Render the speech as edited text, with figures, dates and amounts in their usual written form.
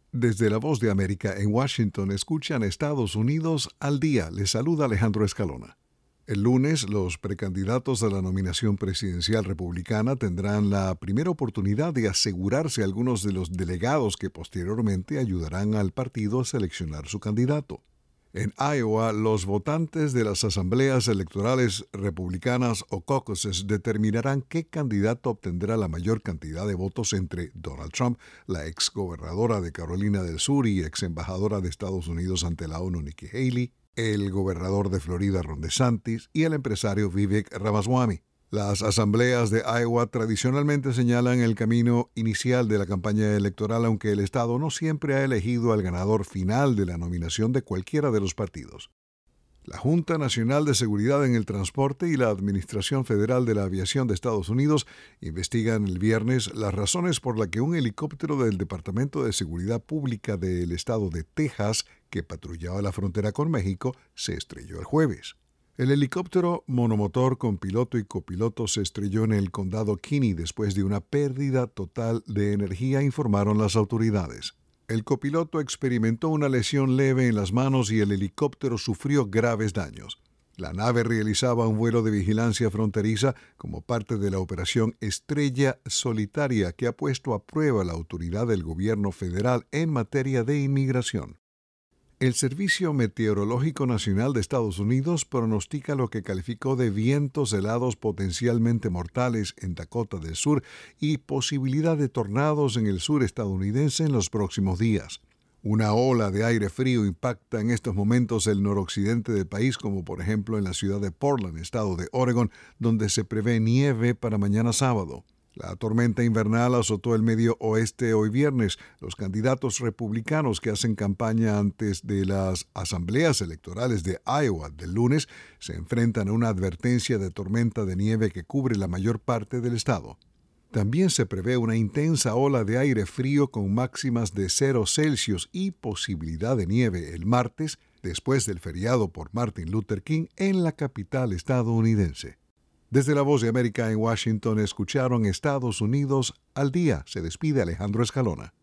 Desde la Voz de América en Washington escuchan Estados Unidos al día. Les saluda Alejandro Escalona. El lunes, los precandidatos a la nominación presidencial republicana tendrán la primera oportunidad de asegurarse algunos de los delegados que posteriormente ayudarán al partido a seleccionar su candidato. En Iowa, los votantes de las asambleas electorales republicanas o caucuses determinarán qué candidato obtendrá la mayor cantidad de votos entre Donald Trump, la exgobernadora de Carolina del Sur y exembajadora de Estados Unidos ante la ONU Nikki Haley, el gobernador de Florida Ron DeSantis y el empresario Vivek Ramaswamy. Las asambleas de Iowa tradicionalmente señalan el camino inicial de la campaña electoral, aunque el Estado no siempre ha elegido al ganador final de la nominación de cualquiera de los partidos. La Junta Nacional de Seguridad en el Transporte y la Administración Federal de la Aviación de Estados Unidos investigan el viernes las razones por las que un helicóptero del Departamento de Seguridad Pública del estado de Texas, que patrullaba la frontera con México, se estrelló el jueves. El helicóptero monomotor con piloto y copiloto se estrelló en el condado Kinney después de una pérdida total de energía, informaron las autoridades. El copiloto experimentó una lesión leve en las manos y el helicóptero sufrió graves daños. La nave realizaba un vuelo de vigilancia fronteriza como parte de la operación Estrella Solitaria, que ha puesto a prueba la autoridad del gobierno federal en materia de inmigración. El Servicio Meteorológico Nacional de Estados Unidos pronostica lo que calificó de vientos helados potencialmente mortales en Dakota del Sur y posibilidad de tornados en el sur estadounidense en los próximos días. Una ola de aire frío impacta en estos momentos el noroccidente del país, como por ejemplo en la ciudad de Portland, estado de Oregon, donde se prevé nieve para mañana sábado. La tormenta invernal azotó el medio oeste hoy viernes. Los candidatos republicanos que hacen campaña antes de las asambleas electorales de Iowa del lunes se enfrentan a una advertencia de tormenta de nieve que cubre la mayor parte del estado. También se prevé una intensa ola de aire frío con máximas de 0 Celsius y posibilidad de nieve el martes, después del feriado por Martin Luther King en la capital estadounidense. Desde la Voz de América en Washington escucharon Estados Unidos al día. Se despide Alejandro Escalona.